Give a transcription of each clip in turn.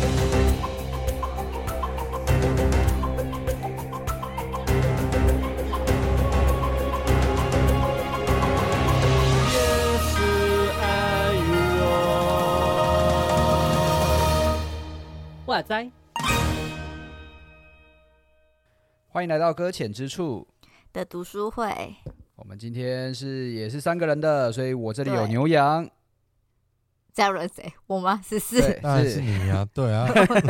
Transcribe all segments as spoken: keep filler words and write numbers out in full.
哇塞！ 欢迎来到搁浅之处的读书会。 我们今天是也是三个人的，所以我这里有牛羊。 加入了谁？我吗？是是， 当然是你啊，对啊。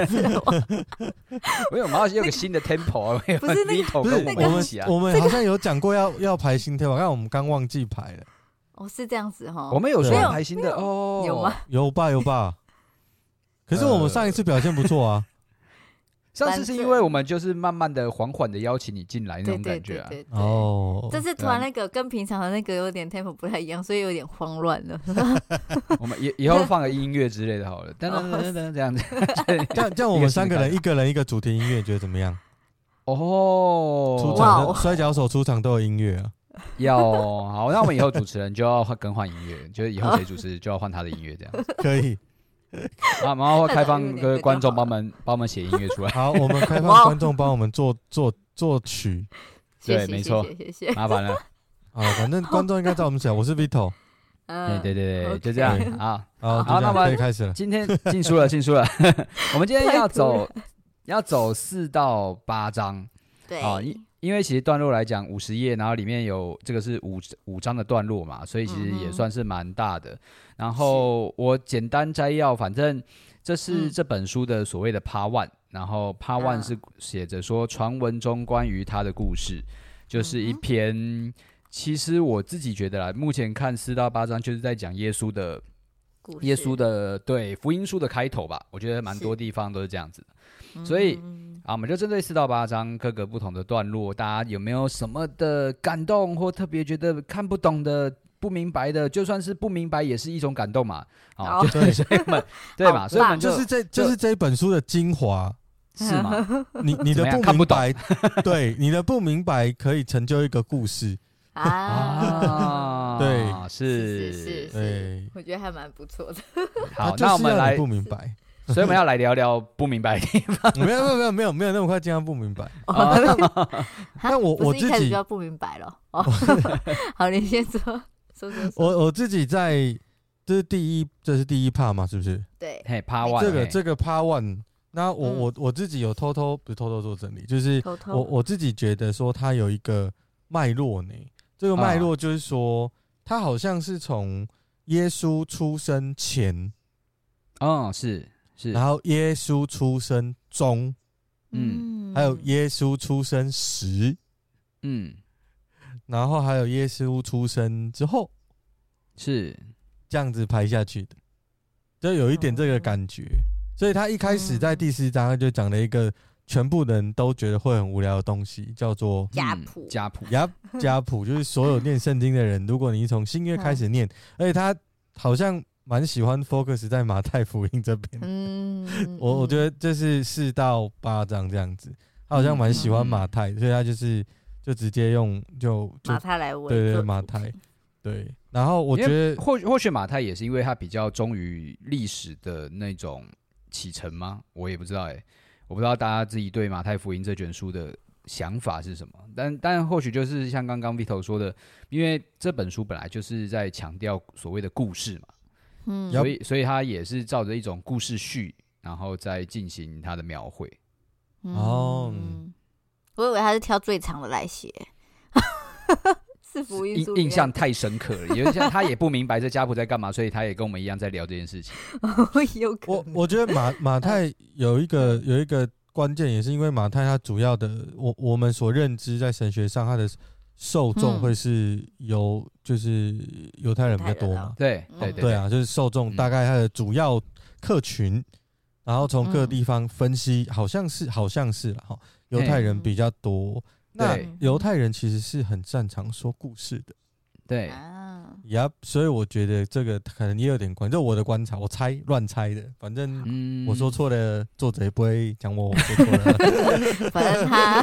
因为我们要有个新的 tempo， 不是那个， 不是我们我们好像有讲过要要排新 tempo， 但我们刚忘记排了。 哦，是这样子哈。 我们有说要排新的哦， 有吗？ 有吧有吧。可是我们上一次表现不错啊。 上次是因为我们就是慢慢的、缓缓的邀请你进来那种感觉啊。 对对对对哦。 这次突然那个跟平常的那个有点 tempo 不太一样，所以有点慌乱了。 我们以以后放个音乐之类的好了，噔噔噔噔这样子。 这样这样我们三个人一个人一个主题音乐，觉得怎么样？ 哦， 出场的摔跤手出场都有音乐啊。 要好，那我们以后主持人就要更换音乐，就是以后谁主持就要换他的音乐这样。 可以。 啊，然后会开放各位观众帮我们帮我们写音乐出来。 好，我们开放观众帮我们做做作曲。 对，没错， 谢谢， 麻烦了。 好，反正观众应该知道我们谁，我是 Vito。 嗯， 对对对，就这样啊。 好，好，那我们可以开始了。 今天进书了，进书了。我们今天要走要走四到八章。 对啊，因因为其实段落来讲五十页，然后里面有这个是五五章的段落嘛，所以其实也算是蛮大的。然后我简单摘要，反正这是这本书的所谓的 Part One， 然后 Part One 是写着说传闻中关于他的故事，就是一篇。其实我自己觉得啦，目前看四到八章就是在讲耶稣的耶稣的对福音书的开头吧，我觉得蛮多地方都是这样子的，所以。啊，我们就针对四到八章各个不同的段落，大家有没有什么的感动，或特别觉得看不懂的、不明白的？就算是不明白，也是一种感动嘛。啊，就对，所以我们对嘛，所以我们就就是这就是这本书的精华， 是吗？ 你你的不明白，对你的不明白可以成就一个故事啊。 对， 是是是， 对， 我觉得还蛮不错的。 好，那我们来不明白。 所以我们要来聊聊不明白的地方。 没有没有没有没有没有那么快进到不明白。 但我我自己一开始就要不明白了。哦，好，你先说说说。 我我自己在这是第一这是第一 part 嘛，是不是？ 对， 嘿 part one 这个这个 part one， 那我我我自己有偷偷不是偷偷做整理，就是我我自己觉得说它有一个脉络呢。这个脉络就是说，它好像是从耶稣出生前， 嗯，是。是然后耶稣出生中， 嗯， 还有耶稣出生时， 嗯， 然后还有耶稣出生之后， 是这样子排下去的，就有一点这个感觉。哦、所以他一开始在第四章他就讲了一个全部人都觉得会很无聊的东西，叫做家谱。 家谱， 家家谱就是所有念圣经的人，如果你从新约开始念，而且他好像。蛮喜欢 focus 在马太福音这边，嗯，我我觉得这是四到八章这样子，他好像蛮喜欢马太，嗯、所以他就是就直接用就就马太来为对对马太，对，然后我觉得或或许马太也是因为他比较忠于历史的那种启程吗？我也不知道哎、欸，我不知道大家自己对马太福音这卷书的想法是什么，但但或许就是像刚刚 Vito 说的，因为这本书本来就是在强调所谓的故事嘛。嗯，所以所以他也是照着一种故事序，然后再进行他的描绘。 哦、 嗯，我以为他是挑最长的来写，是福音书。 印象太深刻了，因为他也不明白这家谱在干嘛，所以他也跟我们一样在聊这件事情。 有可能我我觉得马马太有一个有一个关键，也是因为马太他主要的，我我们所认知在神学上他的。受众会是由、嗯、就是犹太人比较多嘛？ 对对 对, 对啊，就是受众大概它的主要客群，然后从各地方分析，好像是好像是啦哈，犹太人比较多。那犹太人其实是很擅长说故事的， 对呀， yep, 所以我觉得这个可能也有点关，就我的观察，我猜乱猜的，反正我说错了，作者也不会讲我我说错了， 反正他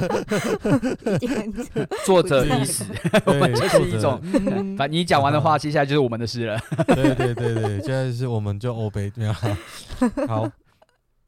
作者已死，我们就是一种，嗯、反正你讲完的话，接下来就是我们的事了。 对对对对，现在是我们就欧北没有好。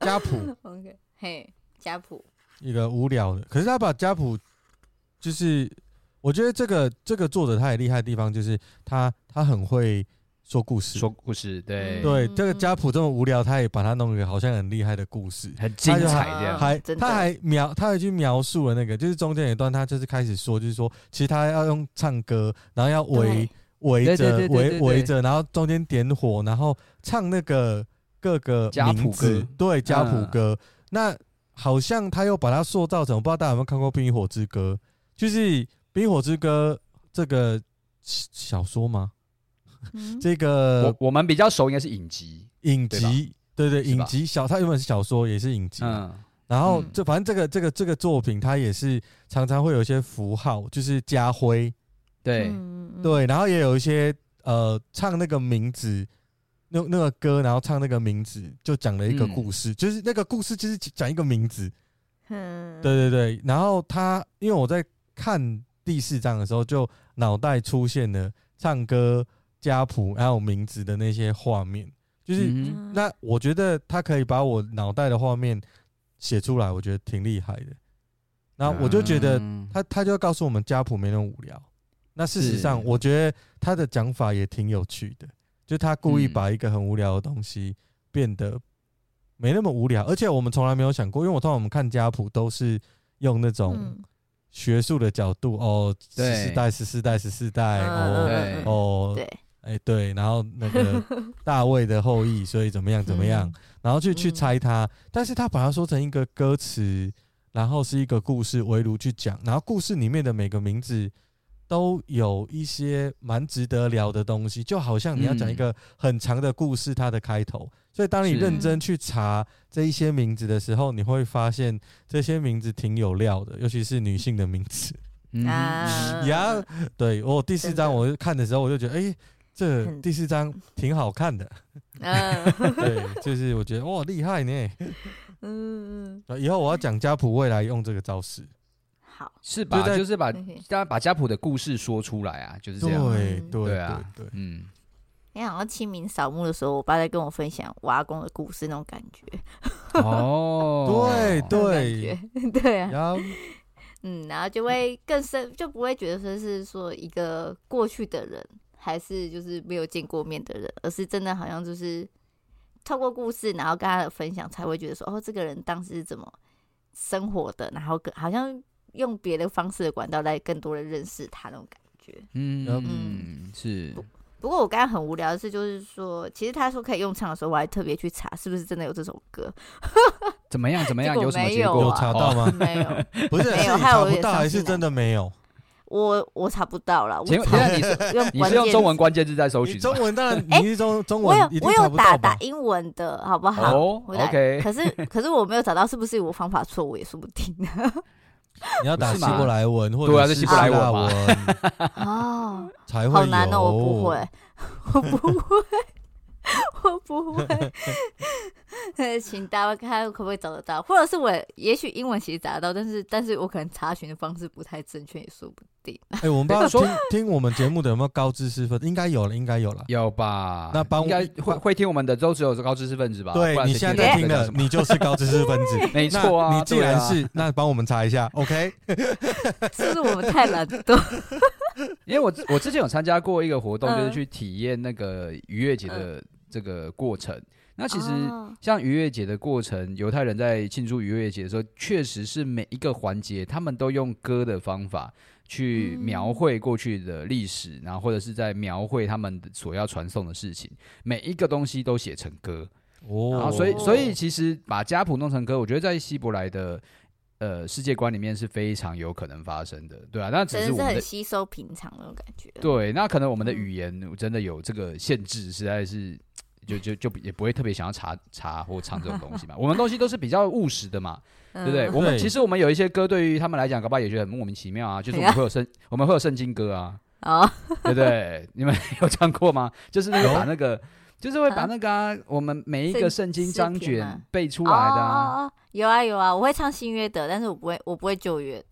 家谱 ，OK， 嘿，家谱一个无聊的，可是他把家谱，就是我觉得这个这个作者他也厉害的地方，就是他他很会说故事， 说故事，对对，这个家谱这么无聊，他也把它弄一个好像很厉害的故事， 很精彩这样， 还他还描他还去描述了那个，就是中间有一段他就是开始说，就是说其实他要用唱歌，然后要围围着围围着，然后中间点火，然后唱那个各个名字，对，家谱歌，嗯、那好像他又把它塑造成，我不知道大家有没有看过《冰与火之歌》，就是《冰与火之歌》这个小说吗？嗯、这个我, 我们比较熟应该是影集， 影集，对 对, 对，影集小，它原本是小说，也是影集、啊。嗯，然后这反正这个这个这个作品，它也是常常会有一些符号，就是家徽， 对、 嗯、 对，然后也有一些呃唱那个名字，那那个歌，然后唱那个名字，就讲了一个故事，嗯、就是那个故事就是讲一个名字。嗯，对对对，然后他因为我在看第四章的时候，就脑袋出现了唱歌。家谱还有名字的那些画面，就是、嗯、那我觉得他可以把我脑袋的画面写出来，我觉得挺厉害的。然后我就觉得他他就告诉我们家谱没那么无聊。那事实上，我觉得他的讲法也挺有趣的，就他故意把一个很无聊的东西变得没那么无聊，而且我们从来没有想过，因为我通常我们看家谱都是用那种。嗯学术的角度哦，十四代、十四代、十四代哦哦， 对， 哎、欸、对，然后那个大卫的后裔，所以怎么样怎么样，然后去去猜它，但是他把它说成一个歌词，然后是一个故事围炉去讲，然后故事里面的每个名字都有一些蛮值得聊的东西，就好像你要讲一个很长的故事，它的开头。所以当你认真去查这一些名字的时候，你会发现这些名字挺有料的，尤其是女性的名字。啊，呀，对，我第四章我看的时候，我就觉得，哎、欸，这第四章挺好看的。对，就是我觉得哇，厉害呢。嗯，以后我要讲家谱，未来用这个招式。 好， 是吧？就, 就是把大家把家谱的故事说出来啊，就是这样。 对对对啊， 对， 嗯。 你好像清明扫墓的时候，我爸在跟我分享我阿公的故事那种感觉。 哦，对对对啊，嗯，然后就会更深，就不会觉得说是说一个过去的人，还是就是没有见过面的人，而是真的好像就是透过故事，然后跟他的分享，才会觉得说，哦，这个人当时是怎么生活的，然后好像用别的方式的管道来更多的认识他那种感觉。 嗯嗯，是。 不过我刚刚很无聊的是，就是说，其实他说可以用唱的时候，我还特别去查是不是真的有这首歌。 怎么样？怎么样？ 有什么结果？ 有查到吗？ 没有， 不是， 没有， 是查不到还是真的没有？ 我我查不到了。 请问你是你是用中文关键字在搜寻？ 中文当然，你是中中文， 我有我有打打英文的，好不好？ 哦 ，OK。 可是可是我没有找到，是不是我方法错误也说不定呢？ 你要打希伯来文或者是希腊文哦， 才会有。 好难哦，我不会，我不会，我不会。请大家看可不可以找得到，或者是我也许英文其实找得到，但是但是我可能查询的方式不太正确，也说不定。 哎、欸，我们不知道听听我们节目的有没有高知识分子？应该有了，应该有了， 有吧？ 那帮应该会会听我们的都只有高知识分子吧？ 对，你现在在听的，你就是高知识分子， 没错啊。 你既然是，啊、那帮我们查一下 ，OK？ 是不是我们太懒惰？ 因为我我之前有参加过一个活动，就是去体验那个逾越节的这个过程。那其实像逾越节的过程，犹太人在庆祝逾越节的时候，确实是每一个环节，他们都用歌的方法去描绘过去的历史，然后或者是在描绘他们所要传送的事情，每一个东西都写成歌。哦，然后所以所以其实把家谱弄成歌，我觉得在希伯来的呃世界观里面是非常有可能发生的，对啊，那只是我们的很稀松平常那种感觉。 对，那可能我们的语言真的有这个限制，实在是。就就就也不会特别想要查查或唱这种东西嘛，我们东西都是比较务实的嘛，对不对？我们其实我们有一些歌对于他们来讲，搞不好也觉得很莫名其妙啊，就是我们会有圣我们会有圣经歌啊，哦，对不对？你们有唱过吗？就是那个把那个，就是会把那个、啊、我们每一个圣经章卷背出来的啊。 哦哦哦，有啊有啊，我会唱新约的，但是我不会我不会旧约的。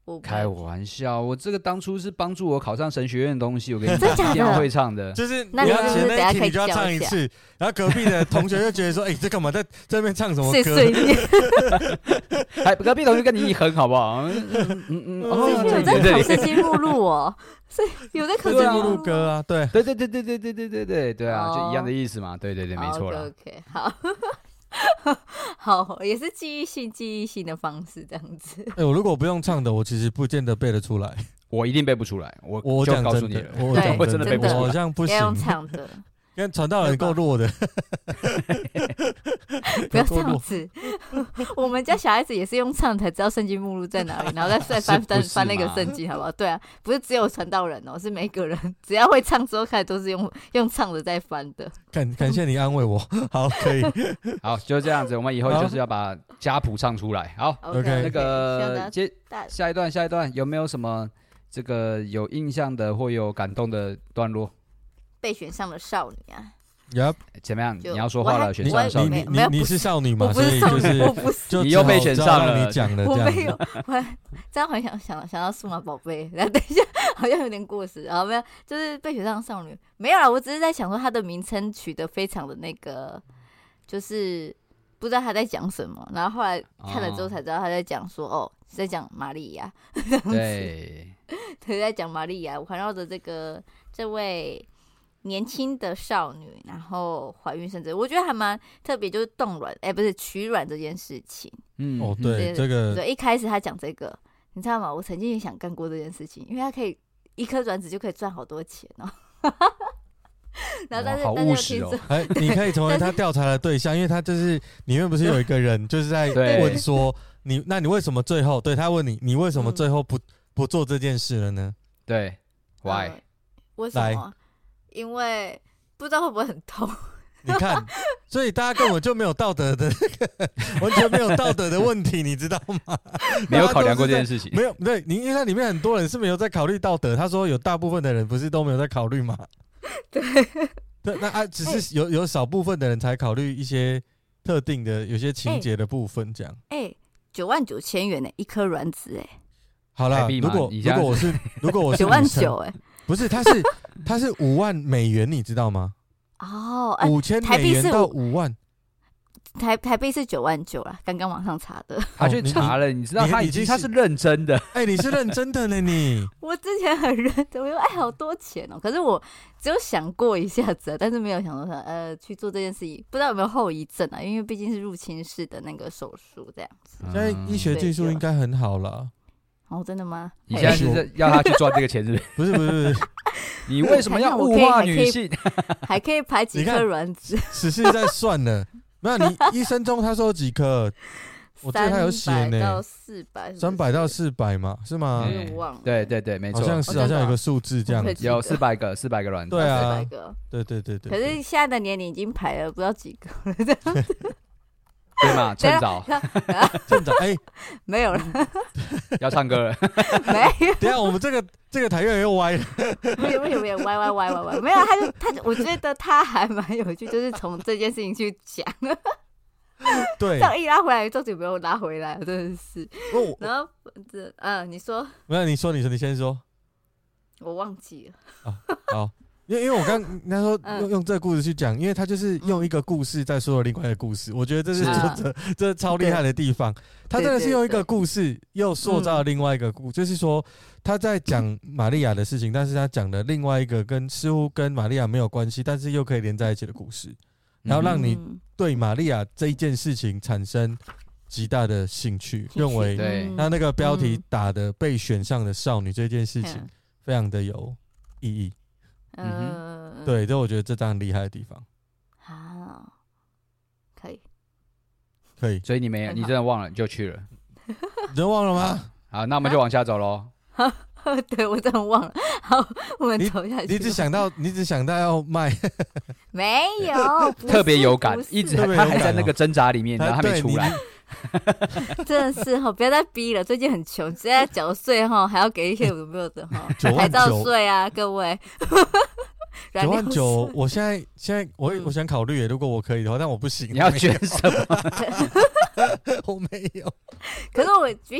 我开玩笑，我这个当初是帮助我考上神学院的东西，我跟你讲， 一定要会唱的。 就是你要写那一题，你就要唱一次，然后隔壁的同学就觉得说：“哎、欸，这干嘛在这边唱什么歌？” 碎碎念。 哎，隔壁同学跟你一哼好不好？嗯嗯嗯。 哦，有在考圣经目录哦，是有在考圣经目录歌啊，对对对对对对对对对对对啊，就一样的意思嘛。对对对，没错了。 OK， 好。好，也是记忆性、记忆性的方式这样子。 哎、欸，我如果不用唱的，我其实不见得背得出来。 我一定背不出来，我我就告诉你了， 我我真的背不出来， 我好像不行。 要用唱的， 跟传道人够弱的。 不要这样子。我们家小孩子也是用唱才知道圣经目录在哪里，然后再再翻翻翻那个圣经，好不好？对啊，不是只有传道人哦，是每个人只要会唱之后开始都是用用唱的在翻的。 感感谢你安慰我，好，可以， 好，就这样子。我们以后就是要把家谱唱出来。好 ，OK， 那个接下一段，下一段有没有什么这个有印象的或有感动的段落？ 被选上的少女啊。 Yep， 怎么样？你要说话了，选上少女。 你你你是少女嘛？ 所以就是我不是， 你又被选上了。 你讲了， 我没有，我这样很想想想到数码宝贝，然后等一下好像有点过时，然后没有，就是被选上的少女没有啦。我只是在想说，它的名称取得非常的那个，就是不知道他在讲什么。然后后来看了之后才知道他在讲说，哦，是在讲玛利亚。 对， 对，在讲玛利亚，环绕着这个这位年轻的少女，然后怀孕生子，我觉得还蛮特别，就是冻卵，哎、欸，不是取卵这件事情。 嗯，哦，对，这个对，一开始他讲这个，你知道吗？我曾经也想干过这件事情，因为他可以一颗卵子就可以赚好多钱哦。然后但是好务实哦， 哎，你可以成为他调查的对象，因为他就是里面不是有一个人就是在问说你，那你为什么最后对他问你，你为什么最后不、嗯、不做这件事了呢？ 对 ，Why？、 呃、为什么？因为不知道会不会很痛。 你看，所以大家根本就没有道德的那个，完全没有道德的问题，你知道吗？ 没有考量过这件事情。 没有，对，你因为它里面很多人是没有在考虑道德。他说有大部分的人不是都没有在考虑吗？ 对， 对，那啊，只是有有少部分的人才考虑一些特定的有些情节的部分，这样。 哎、欸，九万九千元呢，一颗卵子哎。 好啦，如果如果我是如果我是九万九哎， 不是，他是他是五万美元，你知道吗？ 哦， 五千美元到五万， 台台币是九万九啦，刚刚网上查的。 他去查了，你知道他已经他是认真的。 哎，你是认真的呢，你。 我之前很认真，我说哎，好多钱哦。可是我只有想过一下子，但是没有想说呃去做这件事情，不知道有没有后遗症啊？因为毕竟是入侵式的那个手术这样子。 现在医学技术应该很好了。 哦，真的吗？ 你现在是要他去赚这个钱，是不是？ 不是不是不是， 你为什么要物化女性？ 还可以排几颗卵子？ 只是在算呢。没有，你一生中他说几颗？我记得他有写呢， 到四百， 三百到四百嘛，是吗？ 嗯、忘了。 对对对，没错， 好像是，好像有个数字这样子， 有四百个，四百个卵子。 对啊， 四百个。 对对对对。 可是现在的年龄已经排了不知道几个了，这样子。 对嘛，趁早， 趁早，哎， 没有了， 要唱歌了， 没有。 等一下我们这个这个台越来越歪了， 不行不行不行，歪歪歪歪歪，没有，他就他就，我觉得他还蛮有趣，就是从这件事情去讲， 对， 这样一拉回来，重点不用拉回来，真的是。哦、然后这嗯，你说， 没有，你说，你说，你先说， 我忘记了。 啊，好。因为因为我刚他说用用这个故事去讲，因为他就是用一个故事在说了另外一个故事，我觉得这是作者这超厉害的地方。他真的是用一个故事又塑造了另外一个故，就是说他在讲玛利亚的事情，但是他讲了另外一个跟似乎跟玛利亚没有关系，但是又可以连在一起的故事，然后让你对玛利亚这一件事情产生极大的兴趣，认为他那个标题打的被选上的少女这件事情非常的有意义。嗯哼，对，这我觉得这当然厉害的地方。 好，可以， 可以， 所以你没，你真的忘了，你就去了。 你真忘了吗？ 好，那我们就往下走喽。 对，我真的忘了。好，我们走下去。 你只想到，你只想到要卖， 没有， 特别有感，一直他还在那个挣扎里面，然后还没出来。 真的是哈，不要再逼了。最近很穷，现在缴税哈，还要给一些有没有的哈，牌照税啊，各位。 九万九，我现在现在我我想考虑，如果我可以的话，但我不行。 你要捐什么？ 我没有。 可是我比起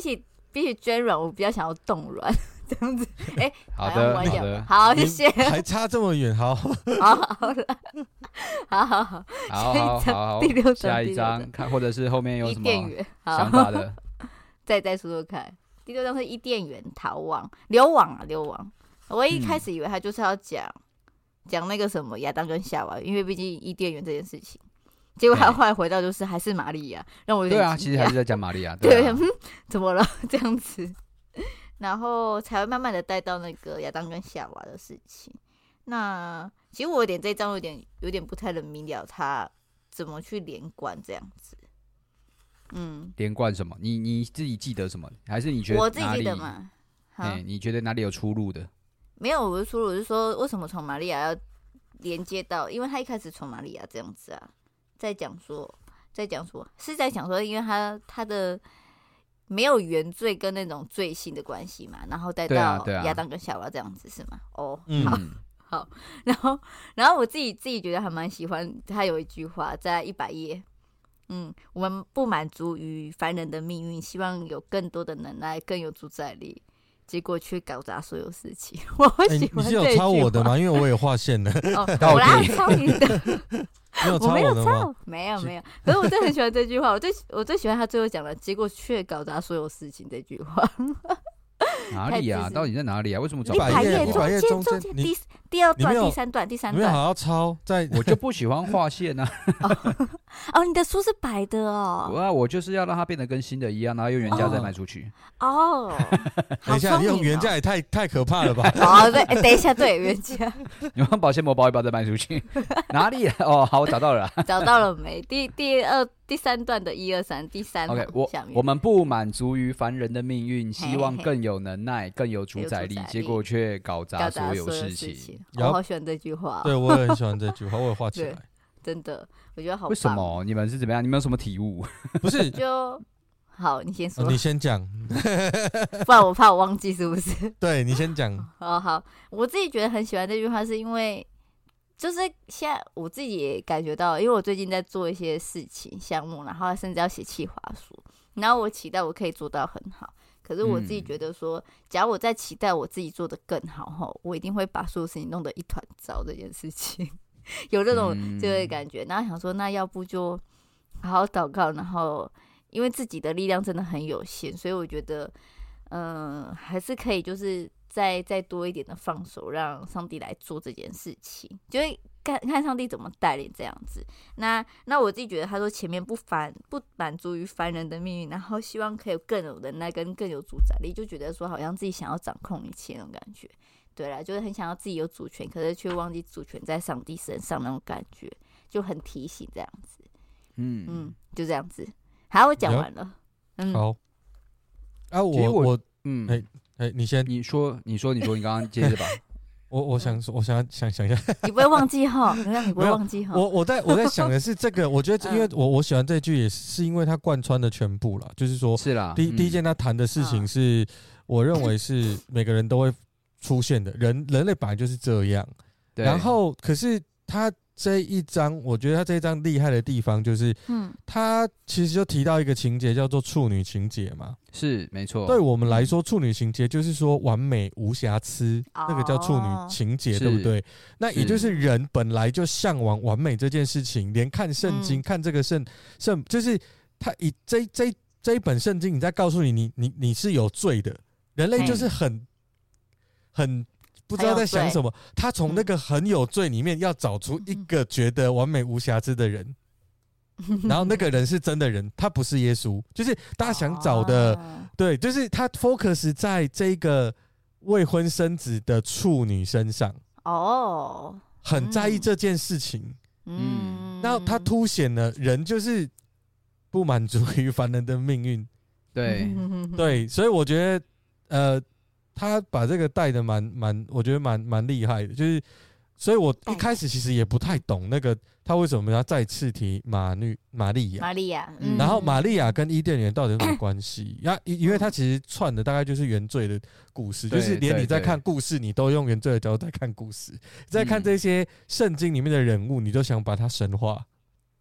比起捐卵，我比较想要冻卵这样子。哎、欸， 好的，好的， 好，谢谢。 还差这么远，好， 好好了，好好好， 好好好， 第六章， 下一章看，或者是后面有什么想法的， 再再说说看。第六章是伊甸园逃亡，流亡啊，流亡。我一开始以为他就是要讲讲、嗯、那个什么亚当跟夏娃，因为毕竟伊甸园这件事情。结果他后来回到就是还是玛利亚，让我有点对啊，其实还是在讲玛利亚。 对， 对啊嗯，怎么了这样子？然后才会慢慢的带到那个亚当跟夏娃的事情。那其实我有点这一章有点有点不太能明了他怎么去连贯这样子。嗯， 连贯什么？你你自己记得什么？还是你觉得我自己记得嘛？ 哎、欸，你觉得哪里有出入的？ 没有，我是出入，我是说为什么从玛利亚要连接到？因为他一开始从玛利亚这样子啊，在讲说，在讲说是在讲说，因为他他的没有原罪跟那种罪性的关系嘛，然后带到亚当跟夏娃这样子是吗？哦， 嗯、 好。好，然后，然后我自己自己觉得还蛮喜欢，他有一句话在一百页。嗯，我们不满足于凡人的命运，希望有更多的能耐，更有主宰力，结果却搞砸所有事情。我喜欢这句话、欸、 你是有抄我的吗？因为我也划线了。 哦，我来抄你的。 你有抄我的吗？ 没有没有，可是我真的很喜欢这句话。我最我最喜欢他最后讲的，结果却搞砸所有事情这句话。 哪里啊？到底在哪里啊？为什么找一百页中间中间第第二段第三段第三段？ 你没有好好抄，在我就不喜欢划线啊。 哦, 哦，你的书是白的哦。 我啊，我就是要让它变得跟新的一样，然后用原价再卖出去。 哦， 等一下，你用原价也太太可怕了吧？ 哦，对，等一下，对，原价。 你用保鲜膜包一包再卖出去，哪里、啊？哦，好，我找到了、啊。 找到了没？第第二。第三段的一二三，第三 ，OK， 我我们不满足于凡人的命运，希望更有能耐、更有主宰力， 嘿嘿结果却搞砸所有事情。 事情我好喜欢这句话、哦， 对我也很喜欢这句话，我也画起来。 真的，我觉得好棒。 为什么？你们是怎么样？你们有什么体悟？ 不是， 就好，你先说， 哦、你先讲， 不然我怕我忘记，是不是？ 对你先讲。 哦，好，我自己觉得很喜欢这句话，是因为。就是现在我自己也感觉到，因为我最近在做一些事情项目，然后甚至要写企划书，然后我期待我可以做到很好。可是我自己觉得说，假如我在期待我自己做得更好后，我一定会把所有事情弄得一团糟。这件事情有这种这个感觉，然后想说，那要不就好好祷告，然后因为自己的力量真的很有限，所以我觉得，嗯、呃，还是可以就是。再再多一点的放手，让上帝来做这件事情，就会看看上帝怎么带领这样子。那那我自己觉得，他说前面不凡不满足于凡人的命运，然后希望可以更有能耐跟更有主宰力，就觉得说好像自己想要掌控一切那种感觉。对啦，就是很想要自己有主权，可是却忘记主权在上帝身上那种感觉，就很提醒这样子。嗯嗯，就这样子。好，我讲完了。嗯， 好。啊，我我嗯。欸哎、欸，你先， 你说，你说，你说，你刚刚接着吧。 我我想说，我想想想一下， 你不会忘记哈？你不会忘记哈？ 我我在我在想的是这个，我觉得，因为我我喜欢这句，也是因为它贯穿的全部啦，就是说， 是啦。 第一、嗯、第一件他谈的事情是，我认为是每个人都会出现的，人人类本来就是这样。 对。 然后，可是他这一章，我觉得他这一章厉害的地方就是，嗯，他其实就提到一个情节叫做处女情节嘛。 是没错， 对我们来说，处女情节就是说完美无瑕疵，哦、那个叫处女情节，对不对？那也就是人本来就向往完美这件事情，连看圣经、嗯、看这个圣圣，就是他以这这这一本圣经，你在告诉你，你你你是有罪的，人类就是很很不知道在想什么，他从那个很有罪里面要找出一个觉得完美无瑕疵的人。然后那个人是真的人，他不是耶稣，就是大家想找的，哦、对，就是他 focus 在这个未婚生子的处女身上，哦，很在意这件事情，嗯，然后他凸显了人就是不满足于凡人的命运， 对对，所以我觉得，呃，他把这个带的蛮蛮，我觉得蛮蛮厉害的，就是。所以我一开始其实也不太懂那个他为什么要再次提玛女玛利亚， 玛利亚， 嗯、然后玛利亚跟伊甸园到底有什么关系？呀，因为他其实串的大概就是原罪的故事，就是连你在看故事，你都用原罪的角度在看故事，在看这些圣经里面的人物，你都想把它神化。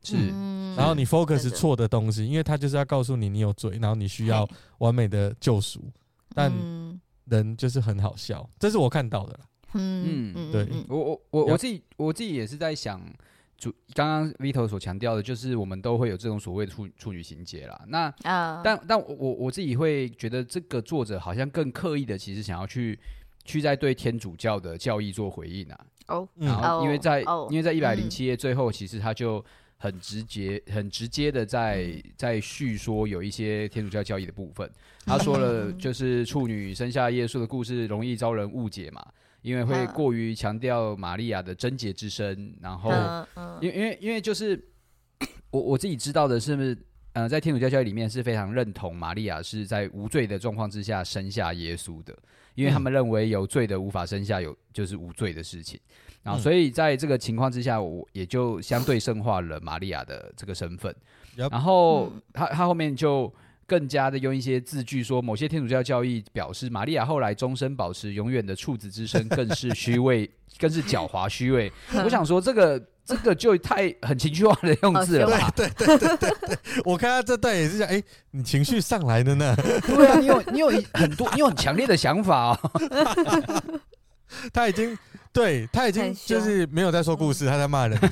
是， 嗯然后你 focus 真的错的东西，因为他就是要告诉你你有罪，然后你需要完美的救赎，但嗯人就是很好笑，这是我看到的啦。 嗯嗯对我我我我自己我自己也是在想，主刚刚 Vito 所强调的，就是我们都会有这种所谓的处处女情节啦。那、 啊， 但但我我自己会觉得，这个作者好像更刻意的，其实想要去去在对天主教的教义做回应啊。 哦， 嗯然后因为在、 哦因为在一百零七页最后，其实他就很直接很直接的在在叙说有一些天主教教义的部分。他说了，就是处女生下耶稣的故事容易招人误解嘛。因为会过于强调玛利亚的贞洁之身，然后，因为因为因为就是我我自己知道的是，呃，在天主教教义里面是非常认同玛利亚是在无罪的状况之下生下耶稣的，因为他们认为有罪的无法生下有就是无罪的事情，然后所以在这个情况之下，我也就相对圣化了玛利亚的这个身份，然后他他后面就。更加的用一些字句说，某些天主教教义表示，玛利亚后来终身保持永远的处子之身，更是虚伪，更是狡猾虚伪。我想说，这个这个就太很情绪化的用字了吧？ 对对对对对对，我看他这段也是讲，哎、欸，你情绪上来了呢？ 对啊，你有你有很多，你有很强烈的想法哦。 他已经对他已经就是没有在说故事，他在骂人。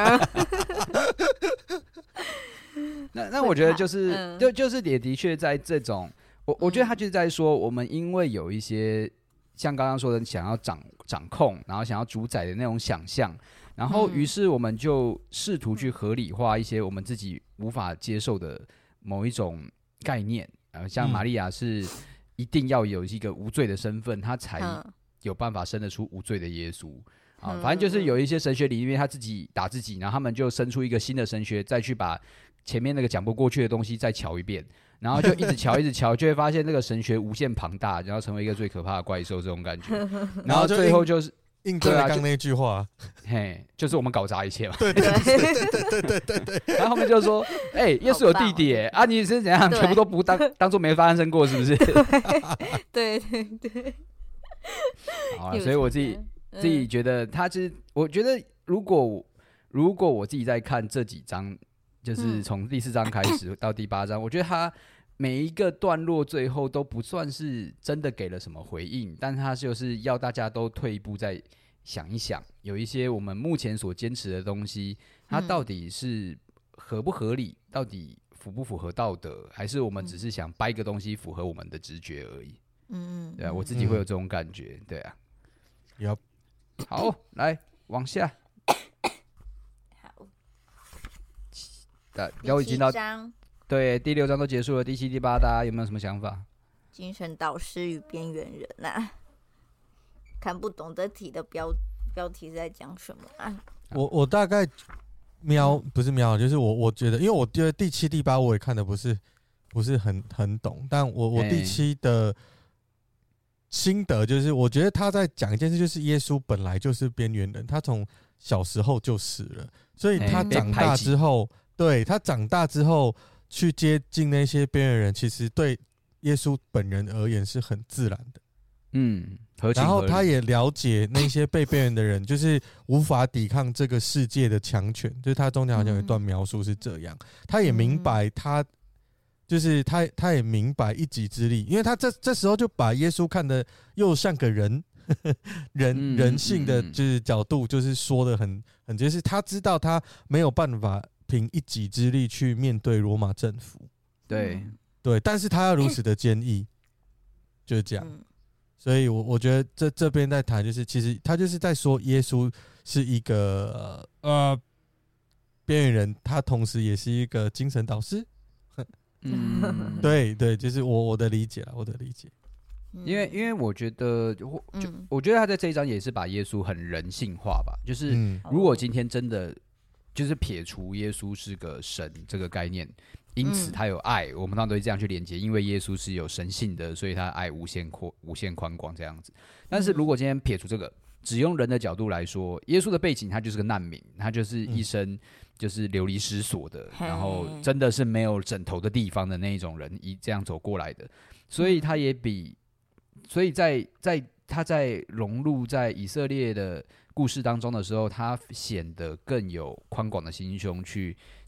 那那我觉得就是、嗯、就就是也的确在这种，我我觉得他就是在说，我们因为有一些像刚刚说的想要掌掌控，然后想要主宰的那种想象，然后于是我们就试图去合理化一些我们自己无法接受的某一种概念，呃，像玛利亚是一定要有一个无罪的身份，她才有办法生得出无罪的耶稣。啊，反正就是有一些神学理论，他自己打自己，然后他们就生出一个新的神学，再去把前面那个讲不过去的东西再瞧一遍，然后就一直瞧一直瞧，就会发现那个神学无限庞大，然后成为一个最可怕的怪兽这种感觉。然后最后就是印证了刚那句话， 嘿，就是我们搞砸一切嘛。 对对对对对对对对。 然后后面就说，哎、欸，耶稣有弟弟，哎，啊，你是怎样，全部都不当当做没发生过，是不是？ 对对对。 好了，所以我自己。自己觉得他是，我觉得如果如果我自己在看这几章，就是从第四章开始到第八章，我觉得他每一个段落最后都不算是真的给了什么回应，但他就是要大家都退一步再想一想，有一些我们目前所坚持的东西，它到底是合不合理，到底符不符合道德，还是我们只是想掰个东西符合我们的直觉而已？嗯，对啊，我自己会有这种感觉，对啊。 Yep. 好，来往下。 好， 然后已经到章对第六章都结束了，第七、第八，大家有没有什么想法？ 精神导师与边缘人啊，看不懂这题的标标题是在讲什么啊？ 我我大概瞄不是瞄，就是我我觉得，因为我觉得第七、第八我也看的不是不是很很懂，但我我第七的。心得就是，我觉得他在讲一件事，就是耶稣本来就是边缘人，他从小时候就死了，所以他长大之后，对他长大之后去接近那些边缘人，其实对耶稣本人而言是很自然的。 嗯， 然后他也了解那些被边缘的人，就是无法抵抗这个世界的强权，就是他中间好像有一段描述是这样，他也明白他。就是他，他也明白一己之力，因为他这这时候就把耶稣看得又像个人，呵呵人人性的就是角度，就是说的很很，就是他知道他没有办法凭一己之力去面对罗马政府， 对对，但是他要如此的坚毅，就是这样。所以我我觉得这这边在谈，就是其实他就是在说耶稣是一个呃边缘人，他同时也是一个精神导师。嗯，对对，就是我我的理解啦，我的理解。 因为因为我觉得，就我觉得他在这一章也是把耶稣很人性化吧。就是如果今天真的就是撇除耶稣是个神这个概念，因此他有爱，我们当然都会这样去连接，因为耶稣是有神性的，所以他爱无限阔、无限宽广这样子。但是如果今天撇除这个，只用人的角度来说，耶稣的背景他就是个难民，他就是一生。就是流离失所的，然后真的是没有枕头的地方的那一种人，一这样走过来的，所以他也比，所以在在他在融入在以色列的故事当中的时候，他显得更有宽广的心胸去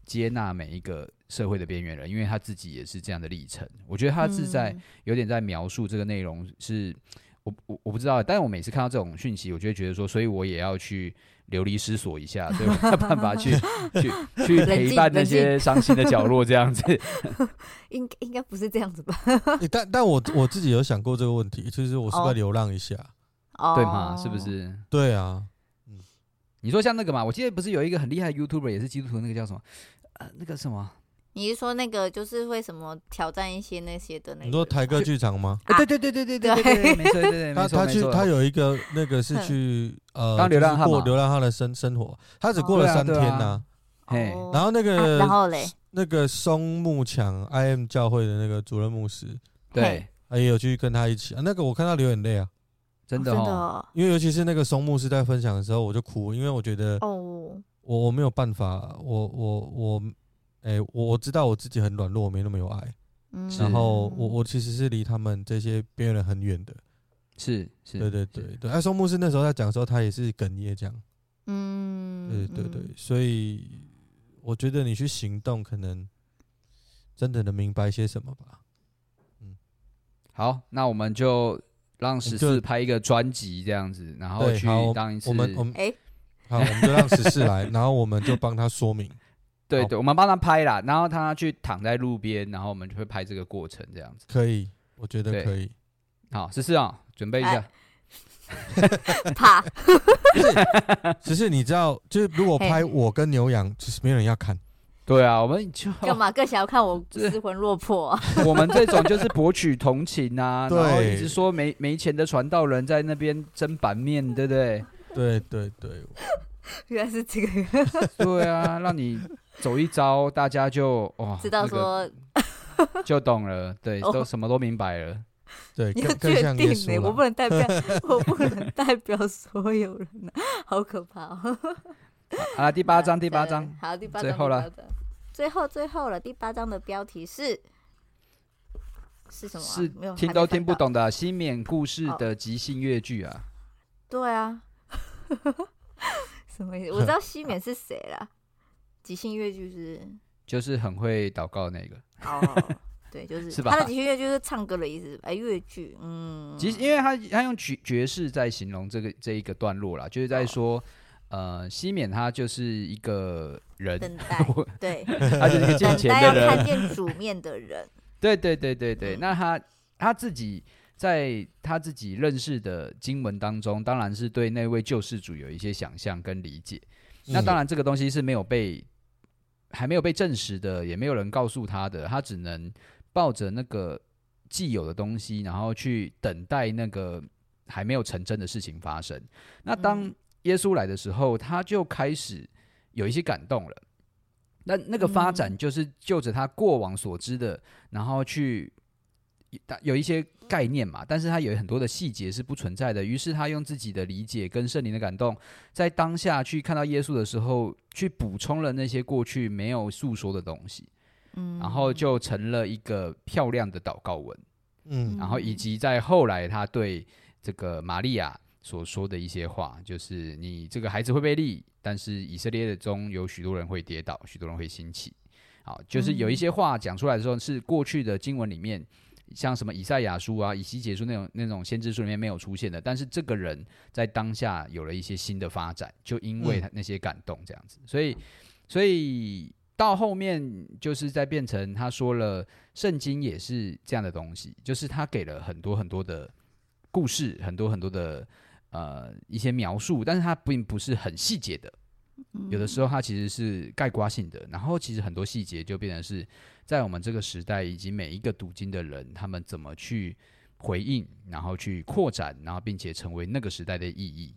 接纳每一个社会的边缘人，因为他自己也是这样的历程。我觉得他是在、嗯、有点在描述这个内容是，我我我不知道，但是我每次看到这种讯息，我就会觉得说，所以我也要去流离失所一下，所以我有办法去去去陪伴那些伤心的角落，这样子。 应应该不是这样子吧？ 欸、但但我我自己有想过这个问题，就是我是不是要流浪一下？ 哦， 对嘛？是不是？ 对啊。 你说像那个嘛，我记得不是有一个很厉害的 YouTuber 也是基督徒，那个叫什么？呃，那个什么？ 你是说那个就是会什么挑战一些那些的那个？ 你说台歌剧场吗？ 啊、对对对对对对对对，没错对对， 他他去他有一个那个是去呃当流浪汉过流浪汉的生生活，他只过了三天呐、 啊。 哦、 然后那个、 啊、然后嘞， 那个松木强 I M 教会的那个主任牧师， 对， 他也有去跟他一起、啊。那个我看他流眼泪啊。 真的哦， 哦因为尤其是那个松木是在分享的时候，我就哭，因为我觉得哦， 我我没有办法，我我我，哎、欸，我我知道我自己很软弱，我没那么有爱，嗯、然后我我其实是离他们这些边缘人很远的， 是是， 对对对对。哎、啊，松木是那时候在讲的时候，他也是哽咽这样， 嗯， 对对对，所以我觉得你去行动，可能真的能明白些什么吧。 嗯，好，那我们就。让十四拍一个专辑这样子，然后去当一次。 我们我们哎， 好，我们就让十四来，然后我们就帮他说明。 对对，我们帮他拍啦，然后他去躺在路边，然后我们就会拍这个过程这样子。 可以，我觉得可以。 好，十四啊，准备一下。 怕。 十四，你知道，就是如果拍我跟牛羊，其实没人要看。 对啊，我们就干嘛更想要看我失魂落魄、啊？ 我们这种就是博取同情啊，然后一直说没没钱的传道人在那边蒸版面，对不对？ 对对对， 原来是这个。 对啊，让你走一招，大家就哇知道说、 那個、就懂了，对，都什么都明白了。 对， 你要确定呢、欸？我不能代表，我不能代表所有人、啊，好可怕哦。 好了，第八章，第八章， 好，第八章， 最后了， 最后最后了，第八章的标题是是什么、啊？ 是听都听不懂的西缅故事的即兴乐剧啊。 哦、对啊，什么意思？我知道西缅是谁啦，即兴乐剧是就是很会祷告那个。 哦，对，就是是吧？ 他的即兴乐剧就是唱歌的意思，哎，乐剧，嗯， 其实因为他他用爵爵士在形容这个这一个段落啦，就是在说。哦呃，西缅他就是一个人， 等待，对， 他就是一个见钱的人， 要看见主面的人。 对对对对对，嗯、那他他自己在他自己认识的经文当中，当然是对那位救世主有一些想象跟理解。嗯、那当然这个东西是没有被还没有被证实的，也没有人告诉他的，他只能抱着那个既有的东西，然后去等待那个还没有成真的事情发生。那当、嗯耶稣来的时候，他就开始有一些感动了。那那个发展就是就着他过往所知的，嗯、然后去有一些概念嘛，但是他有很多的细节是不存在的。于是他用自己的理解跟圣灵的感动，在当下去看到耶稣的时候，去补充了那些过去没有诉说的东西。嗯，然后就成了一个漂亮的祷告文。嗯，然后以及在后来他对这个玛利亚所说的一些话，就是你这个孩子会被立，但是以色列中有许多人会跌倒，许多人会兴起。好，就是有一些话讲出来的时候，是过去的经文里面，像什么以赛亚书啊、以西结书那种那种先知书里面没有出现的，但是这个人在当下有了一些新的发展，就因为那些感动这样子。所以，所以到后面就是在变成他说了，圣经也是这样的东西，就是他给了很多很多的故事，很多很多的。呃，一些描述，但是它并不是很细节的，有的时候它其实是概括性的，然后其实很多细节就变成是在我们这个时代以及每一个读经的人，他们怎么去回应，然后去扩展，然后并且成为那个时代的意义。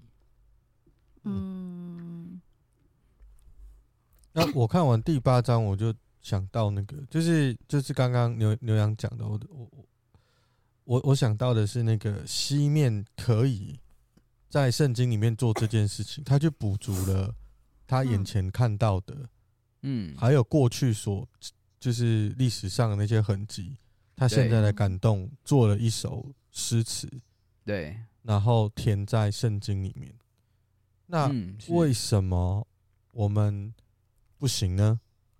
嗯， 那我看完第八章，我就想到那个，就是就是刚刚牛牛羊讲的，我我我我想到的是那个西面可以。在圣经里面做这件事情，他就补足了他眼前看到的，嗯，还有过去所就是历史上的那些痕迹，他现在的感动做了一首诗词， 对， 然后填在圣经里面。那为什么我们不行呢？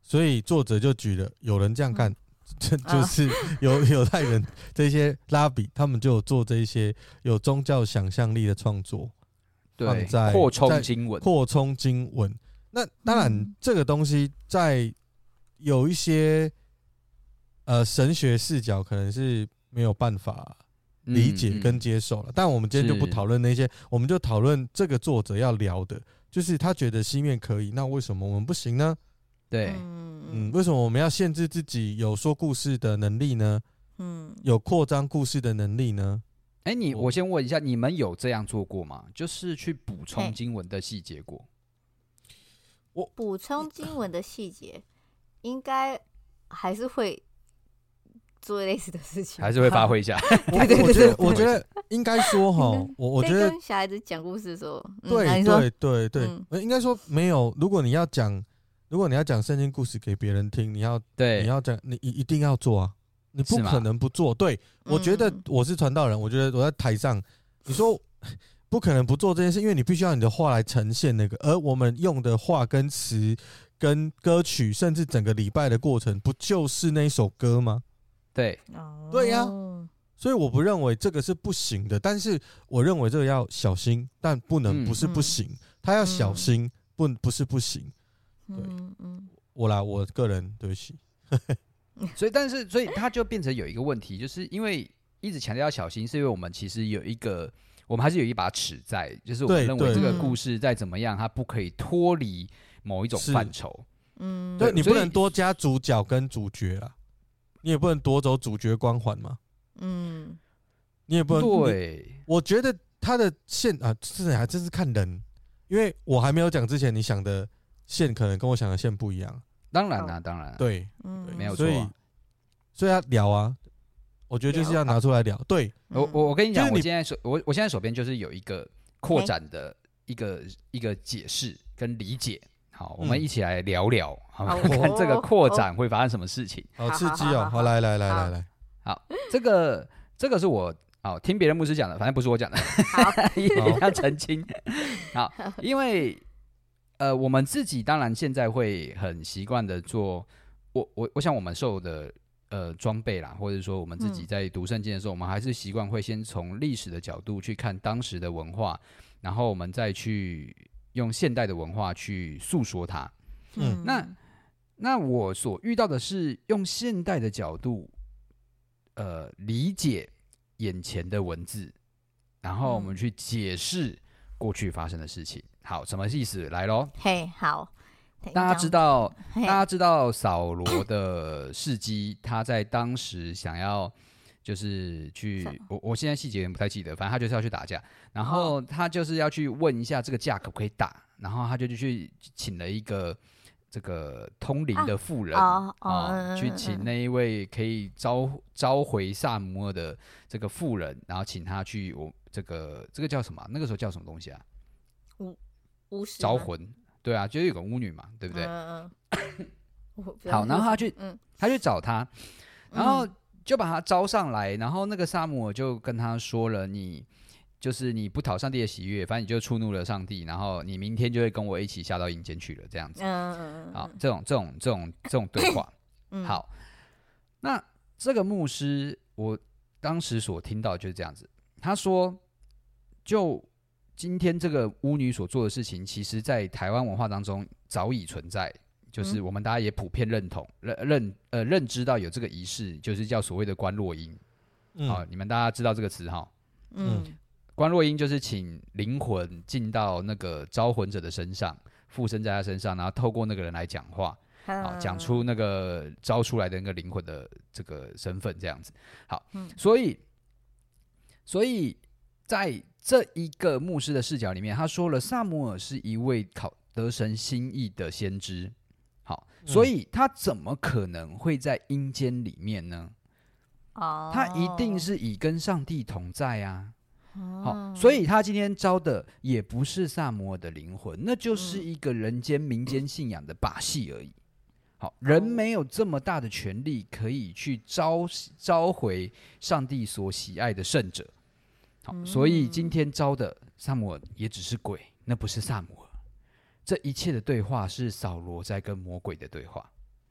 所以作者就举了有人这样干，就、嗯、就是犹犹太人这些拉比，他们就有做这些有宗教想象力的创作， 对，扩充经文， 扩充经文。那当然，嗯、这个东西在有一些呃神学视角可能是没有办法理解跟接受了，嗯嗯、但我们今天就不讨论那些，我们就讨论这个作者要聊的，就是他觉得西面可以，那为什么我们不行呢？ 对， 嗯，为什么我们要限制自己有说故事的能力呢？嗯，有扩张故事的能力呢？ 哎、欸，你我先问一下，你们有这样做过吗？就是去补充经文的细节过？ 我补充经文的细节，应该还是会做类似的事情， 还是会发挥一下。 对对对， 我觉得，我觉得应该说哈，我我觉得跟小孩子讲故事的时候， 对、嗯、对对对，嗯、应该说没有。如果你要讲，如果你要讲圣经故事给别人听，你要对你要讲，你一定要做啊，你不可能不做。对，我觉得我是传道人，我觉得我在台上，你说不可能不做这件事，因为你必须要你的话来呈现那个，而我们用的话跟词、跟歌曲，甚至整个礼拜的过程，不就是那一首歌吗？ 对， 对呀、啊，所以我不认为这个是不行的，但是我认为这个要小心，但不能不是不行，嗯、他要小心，不不是不行。对，嗯嗯、我啦，我个人对不起。 所以，但是，所以他就变成有一个问题，就是因为一直强调要小心，是因为我们其实有一个，我们还是有一把尺在，就是我们认为这个故事再怎么样，它不可以脱离某一种范畴。 嗯，对，你不能多加主角跟主角啦。你也不能夺走主角光环嘛，嗯，你也不能对。我觉得他的线啊，这还真是看人，因为我还没有讲之前，你想的线可能跟我想的线不一样。 当然啦、啊，当然、啊， 对， 嗯，没有错、啊。 所以，所以要聊啊，我觉得就是要拿出来聊。对， 我我我跟你讲，我现在手我我现在手边就是有一个扩展的一个、欸、一个解释跟理解。好，我们一起来聊聊，嗯、好，看这个扩展会发生什么事情。 好刺激哦！好，来来来来来， 好，这个这个是我哦听别人牧师讲的，反正不是我讲的，一定要澄清。好，因为呃，我们自己当然现在会很习惯的做，我我我想我们受的呃装备啦，或者说我们自己在读圣经的时候，嗯、我们还是习惯会先从历史的角度去看当时的文化，然后我们再去。用现代的文化去诉说它，嗯，那那我所遇到的是用现代的角度，呃，理解眼前的文字，然后我们去解释过去发生的事情。好，什么意思？来咯， 嘿，好， 大家知道，大家知道扫罗的事迹，他在当时想要。就是去，我我现在细节有点不太记得，反正他就是要去打架，然后他就是要去问一下这个架可不可以打，然后他就去请了一个这个通灵的妇人啊、哦哦，去请那一位可以召召回撒母耳的这个妇人，然后请他去我这个这个叫什么？那个时候叫什么东西啊？ 巫巫师招魂，对啊，就是有个巫女嘛，对不对？ 嗯嗯好，然后他去，嗯、他去找他，然后。嗯就把他招上来，然后那个撒母耳就跟他说了，你就是你不讨上帝的喜悦，反正你就触怒了上帝，然后你明天就会跟我一起下到阴间去了，这样子。嗯好，这种这种这种这种对话。嗯、好，那这个牧师，我当时所听到就是这样子，他说，就今天这个巫女所做的事情，其实在台湾文化当中早已存在。就是我们大家也普遍认同、认认呃认知到有这个仪式，就是叫所谓的观落阴。嗯，好，你们大家知道这个词哈？嗯，观落阴就是请灵魂进到那个招魂者的身上，附身在他身上，然后透过那个人来讲话，好，讲出那个招出来的那个灵魂的这个身份，这样子。好，嗯、所以所以在这一个牧师的视角里面，他说了，撒母耳是一位考得神心意的先知。好，所以他怎么可能会在阴间里面呢？哦，他一定是以跟上帝同在啊。好，所以他今天招的也不是撒母耳的灵魂，那就是一个人间民间信仰的把戏而已。好，人没有这么大的权力可以去召召回上帝所喜爱的圣者。好，所以今天招的撒母耳也只是鬼，那不是撒母耳。这一切的对话是扫罗在跟魔鬼的对话。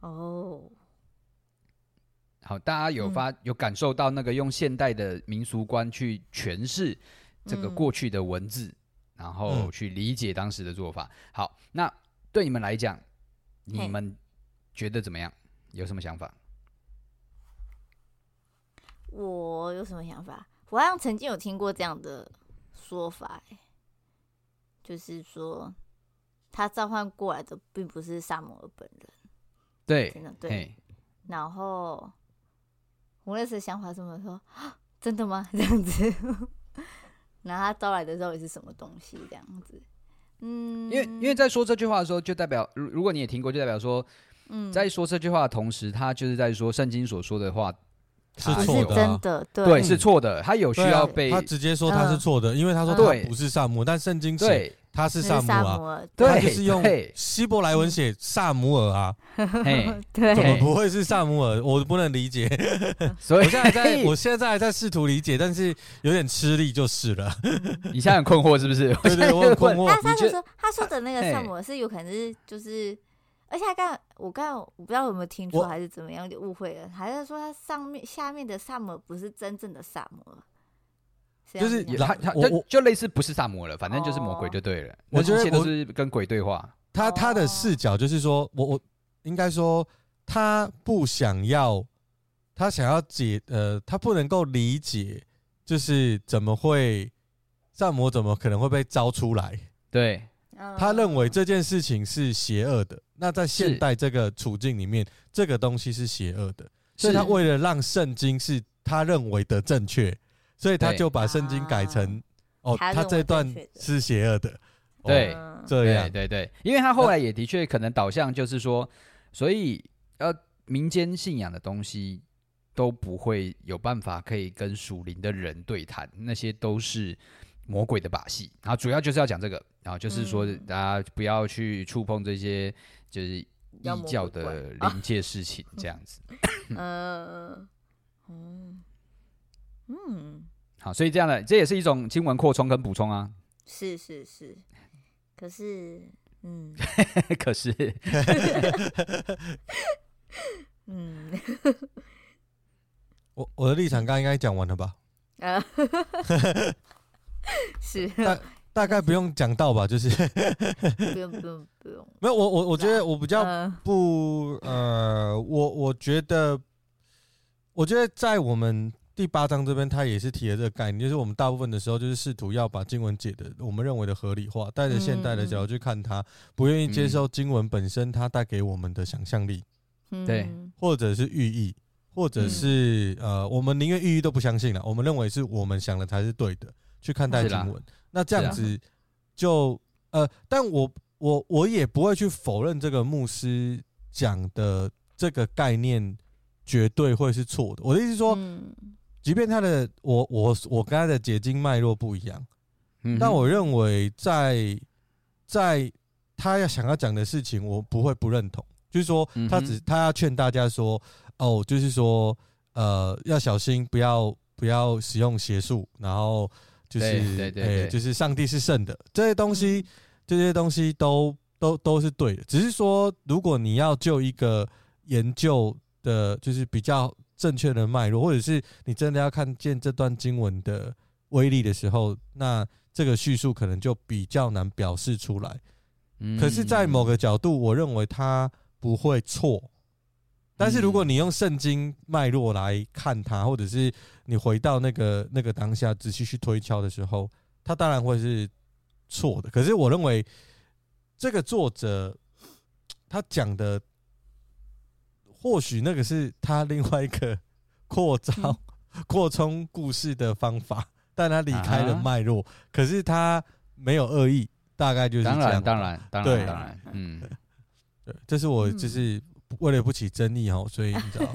哦， 好，大家有发、嗯、有感受到那个用现代的民俗观去诠释这个过去的文字、嗯，然后去理解当时的做法。好，那对你们来讲，你们觉得怎么样？有什么想法？ 我有什么想法？我好像曾经有听过这样的说法，就是说他召唤过来的并不是萨摩尔本人。 对， 真的对。然后我那时的想法是什么说？真的吗？这样子。然后他招来的时候也是什么东西？这样子。嗯， 因为因为在说这句话的时候，就代表如果你也听过，就代表说，嗯，在说这句话的同时，他就是在说圣经所说的话。 是错的、啊， 真的 对, 对，是错的。他有需要被、 啊、他直接说他是错的、嗯，因为他说他不是萨姆，但圣经写他是萨姆啊，他就是用希伯来文写萨姆尔啊， 对， 怎么不会是萨姆尔？我不能理解，所以我现在在，我现在还在试图理解，但是有点吃力就是了。 你现在很困惑是不是？ 对对，我很困惑。 他他就说他说的那个萨姆尔是有可能是就是。而且他刚我刚我不知道有没有听错还是怎么样，就误会了。还是说他上面下面的萨摩不是真正的萨摩， 就是他他就就类似不是萨摩了，反正就是魔鬼就对了。我觉得都是跟鬼对话。 他他的视角就是说，我我应该说他不想要，他想要解呃，他不能够理解，就是怎么会萨摩怎么可能会被招出来？ 对。 他认为这件事情是邪恶的，那在现代这个处境里面，这个东西是邪恶的，所以他为了让圣经是他认为的正确，所以他就把圣经改成哦，他这段是邪恶的， 对， 哦、这样， 对对对，因为他后来也的确可能导向就是说，所以呃，民间信仰的东西都不会有办法可以跟属灵的人对谈，那些都是魔鬼的把戏，然后主要就是要讲这个，然后就是说大家不要去触碰这些就是异教的灵界事情，这样子。嗯嗯嗯，好，所以这样的这也是一种经文扩充跟补充啊。 是是是，可是嗯， 可是嗯，我我的立场刚刚应该讲完了吧？呃。 是大大概不用讲到吧，就是不用不用不用。 没有我我我觉得我比较不呃，我我觉得我觉得在我们第八章这边，他也是提了这个概念，就是我们大部分的时候就是试图要把经文解的我们认为的合理化，带着现代的角度去看它，不愿意接受经文本身它带给我们的想象力， 对、 嗯，或者是寓意，或者是、嗯、呃，我们宁愿寓意都不相信了，我们认为是我们想的才是对的。去看待经文，那这样子就呃，但我我我也不会去否认这个牧师讲的这个概念绝对会是错的。我的意思是说，嗯、即便他的我我我跟他的解经脉络不一样，嗯、但我认为在在他要想要讲的事情，我不会不认同。就是说，他只他要劝大家说，哦，就是说，呃，要小心，不要不要使用邪术，然后。就是， 对对对对欸，就是上帝是圣的，这些东西，这些东西都都都是对的。只是说，如果你要就一个研究的，就是比较正确的脉络，或者是你真的要看见这段经文的威力的时候，那这个叙述可能就比较难表示出来。嗯，可是，在某个角度，我认为它不会错。但是如果你用圣经脉络来看它，或者是你回到那个那个当下仔细去推敲的时候，它当然会是错的。可是我认为这个作者他讲的，或许那个是他另外一个扩张、扩充故事的方法，但他离开了脉络，可是他没有恶意，大概就是这样。 当然，当然，当然，当然，嗯， 对，这是我就是。为了不起争议哦，所以你知道，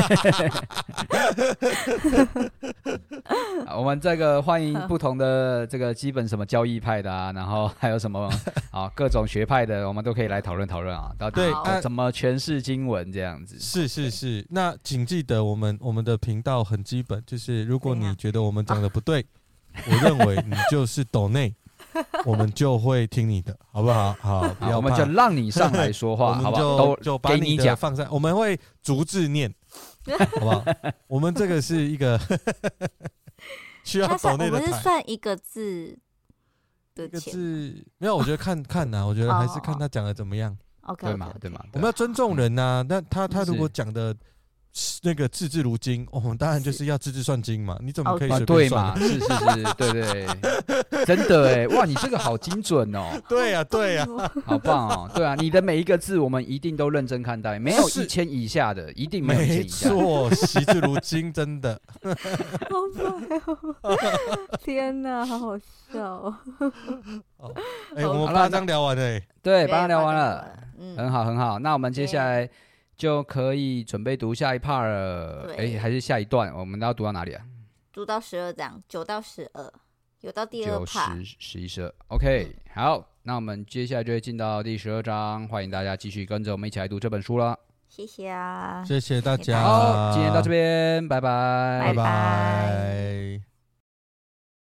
我们这个欢迎不同的这个基本什么教义派的啊，然后还有什么啊各种学派的，我们都可以来讨论讨论啊。到底怎么诠释经文这样子？ 是是是，那请记得我们我们的频道很基本，就是如果你觉得我们讲的不对，我认为你就是抖内。 我们就会听你的，好不好？好，不要怕， 我们就让你上来说话，好不好？ 都就把你讲放在，我们会逐字念，好不好？我们这个是一个需要抖内的台， 我们是算一个字的钱，一个字没有，我觉得看看呐、啊，我觉得还是看他讲的怎么样。 OK， 对嘛，对嘛， 我们要尊重人呐、啊。那他他如果讲的那个字字如金，哦，当然就是要字字算金嘛。你怎么可以随便算、 啊？对嘛，是是是，对对，真的哎，哇，你这个好精准哦。 对呀、啊，对呀、 啊，好棒哦。对啊，你的每一个字我们一定都认真看待，没有一千以下的，一定没有一千以下。 没错，惜字如金，真的。 好烦哦！天哪，好好笑哦。 哎、欸，我们八章聊完了、欸， 对，八章聊完了，嗯，很好很好。那我们接下来就可以准备读下一 part 了。哎、欸，还是下一段？我们要读到哪里啊？ 读到十二章，九到十二，有到第二 part， 九、十、十一、十二。OK，、嗯、好，那我们接下来就会进到第十二章，欢迎大家继续跟着我们一起来读这本书了。 谢谢啊， 谢谢大家。 好，今天到这边，拜拜， 拜拜。